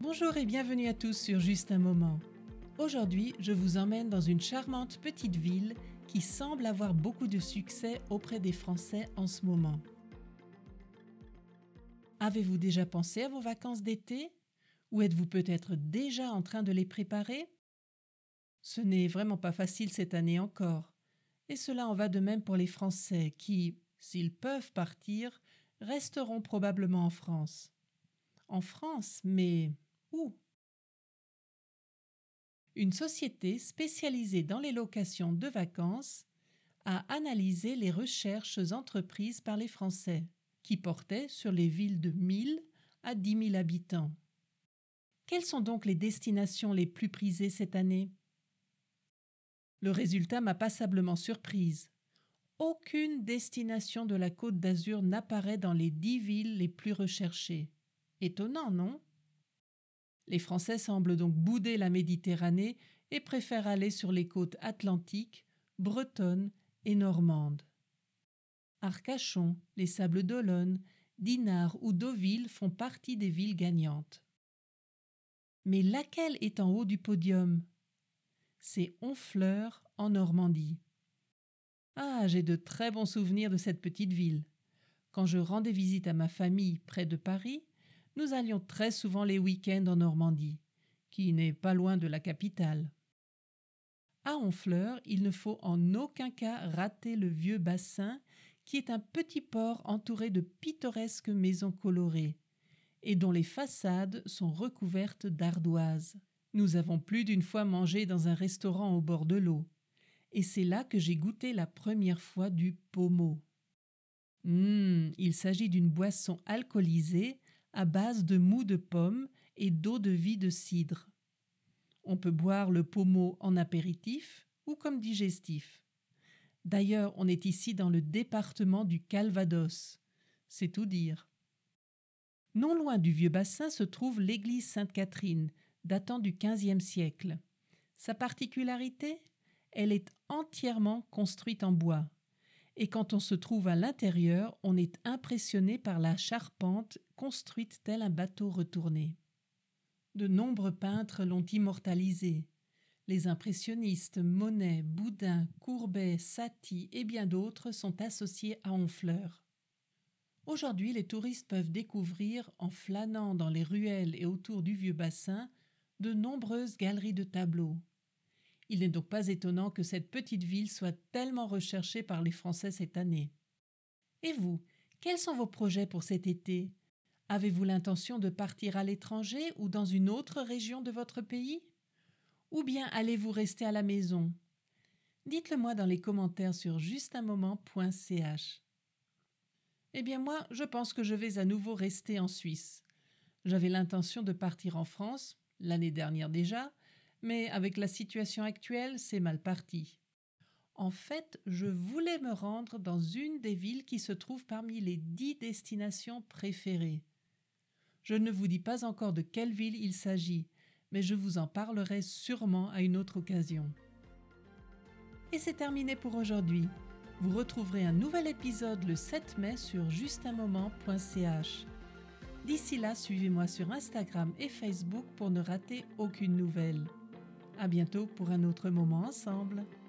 Bonjour et bienvenue à tous sur Juste un moment. Aujourd'hui, je vous emmène dans une charmante petite ville qui semble avoir beaucoup de succès auprès des Français en ce moment. Avez-vous déjà pensé à vos vacances d'été? Ou êtes-vous peut-être déjà en train de les préparer? Ce n'est vraiment pas facile cette année encore. Et cela en va de même pour les Français qui, s'ils peuvent partir, resteront probablement en France. En France, mais où? Une société spécialisée dans les locations de vacances a analysé les recherches entreprises par les Français, qui portaient sur les villes de 1000 à 10 000 habitants. Quelles sont donc les destinations les plus prisées cette année? Le résultat m'a passablement surprise. Aucune destination de la Côte d'Azur n'apparaît dans les 10 villes les plus recherchées. Étonnant, non? Les Français semblent donc bouder la Méditerranée et préfèrent aller sur les côtes atlantiques, bretonnes et normandes. Arcachon, les Sables d'Olonne, Dinard ou Deauville font partie des villes gagnantes. Mais laquelle est en haut du podium? C'est Honfleur en Normandie. Ah, j'ai de très bons souvenirs de cette petite ville. Quand je rendais visite à ma famille près de Paris, nous allions très souvent les week-ends en Normandie, qui n'est pas loin de la capitale. À Honfleur, il ne faut en aucun cas rater le vieux bassin, qui est un petit port entouré de pittoresques maisons colorées, et dont les façades sont recouvertes d'ardoises. Nous avons plus d'une fois mangé dans un restaurant au bord de l'eau, et c'est là que j'ai goûté la première fois du pommeau. Il s'agit d'une boisson alcoolisée à base de mou de pomme et d'eau-de-vie de cidre. On peut boire le pommeau en apéritif ou comme digestif. D'ailleurs, on est ici dans le département du Calvados. C'est tout dire. Non loin du vieux bassin se trouve l'église Sainte-Catherine, datant du XVe siècle. Sa particularité? Elle est entièrement construite en bois. Et quand on se trouve à l'intérieur, on est impressionné par la charpente construite tel un bateau retourné. De nombreux peintres l'ont immortalisé. Les impressionnistes Monet, Boudin, Courbet, Satie et bien d'autres sont associés à Honfleur. Aujourd'hui, les touristes peuvent découvrir, en flânant dans les ruelles et autour du vieux bassin, de nombreuses galeries de tableaux. Il n'est donc pas étonnant que cette petite ville soit tellement recherchée par les Français cette année. Et vous, quels sont vos projets pour cet été? Avez-vous l'intention de partir à l'étranger ou dans une autre région de votre pays? Ou bien allez-vous rester à la maison? Dites-le moi dans les commentaires sur justunmoment.ch. Eh bien moi, je pense que je vais à nouveau rester en Suisse. J'avais l'intention de partir en France, l'année dernière déjà, mais avec la situation actuelle, c'est mal parti. En fait, je voulais me rendre dans une des villes qui se trouvent parmi les 10 destinations préférées. Je ne vous dis pas encore de quelle ville il s'agit, mais je vous en parlerai sûrement à une autre occasion. Et c'est terminé pour aujourd'hui. Vous retrouverez un nouvel épisode le 7 mai sur justunmoment.ch. D'ici là, suivez-moi sur Instagram et Facebook pour ne rater aucune nouvelle. À bientôt pour un autre moment ensemble.